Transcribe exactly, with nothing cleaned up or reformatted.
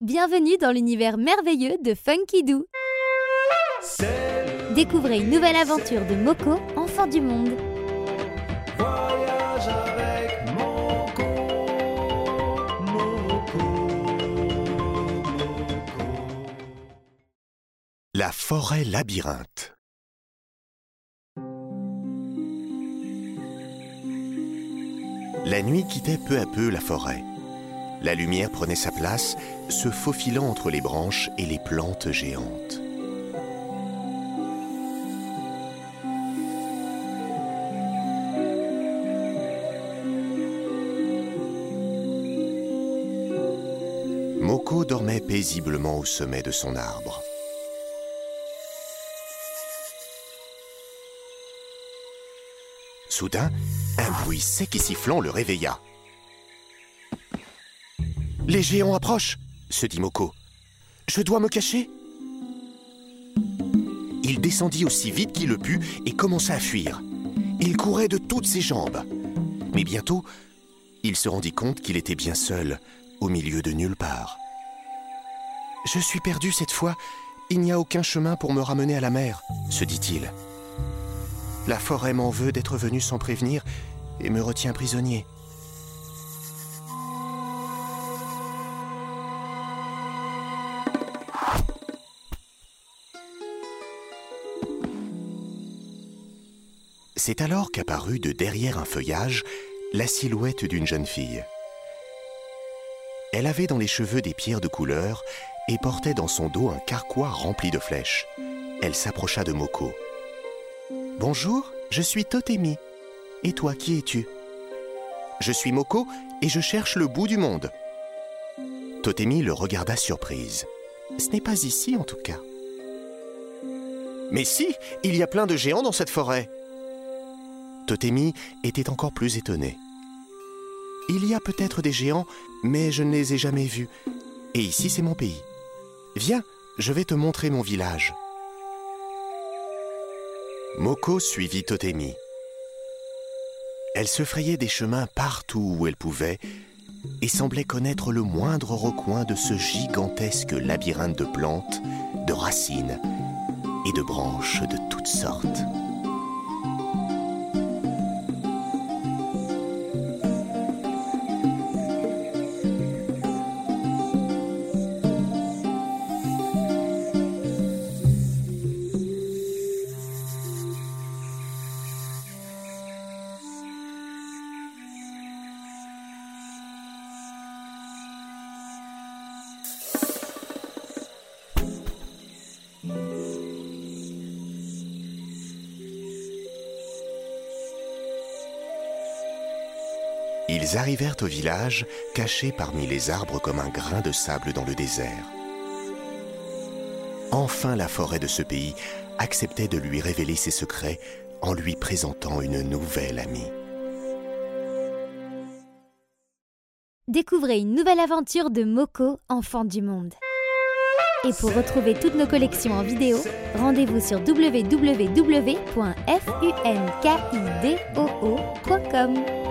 Bienvenue dans l'univers merveilleux de Funky Doo. Découvrez une nouvelle aventure de Moko, enfant du monde. Voyage avec Moko, Moko, Moko. La forêt labyrinthe. La nuit quittait peu à peu la forêt. La lumière prenait sa place, se faufilant entre les branches et les plantes géantes. Moko dormait paisiblement au sommet de son arbre. Soudain, un bruit sec et sifflant le réveilla. « Les géants approchent !» se dit Moko. « Je dois me cacher ?» Il descendit aussi vite qu'il le put et commença à fuir. Il courait de toutes ses jambes. Mais bientôt, il se rendit compte qu'il était bien seul, au milieu de nulle part. « Je suis perdu cette fois. Il n'y a aucun chemin pour me ramener à la mer, » se dit-il. « La forêt m'en veut d'être venu sans prévenir et me retient prisonnier. » C'est alors qu'apparut de derrière un feuillage la silhouette d'une jeune fille. Elle avait dans les cheveux des pierres de couleur et portait dans son dos un carquois rempli de flèches. Elle s'approcha de Moko. « Bonjour, je suis Totemi. Et toi, qui es-tu ? » ?»« Je suis Moko et je cherche le bout du monde. » Totemi le regarda surprise. « Ce n'est pas ici en tout cas. »« Mais si, il y a plein de géants dans cette forêt. » Totemi était encore plus étonné. « Il y a peut-être des géants, mais je ne les ai jamais vus. Et ici, c'est mon pays. Viens, je vais te montrer mon village. » Moko suivit Totemi. Elle se frayait des chemins partout où elle pouvait et semblait connaître le moindre recoin de ce gigantesque labyrinthe de plantes, de racines et de branches de toutes sortes. Ils arrivèrent au village, cachés parmi les arbres comme un grain de sable dans le désert. Enfin, la forêt de ce pays acceptait de lui révéler ses secrets en lui présentant une nouvelle amie. Découvrez une nouvelle aventure de Moko, enfant du monde. Et pour retrouver toutes nos collections en vidéo, rendez-vous sur w w w point funkidoo point com.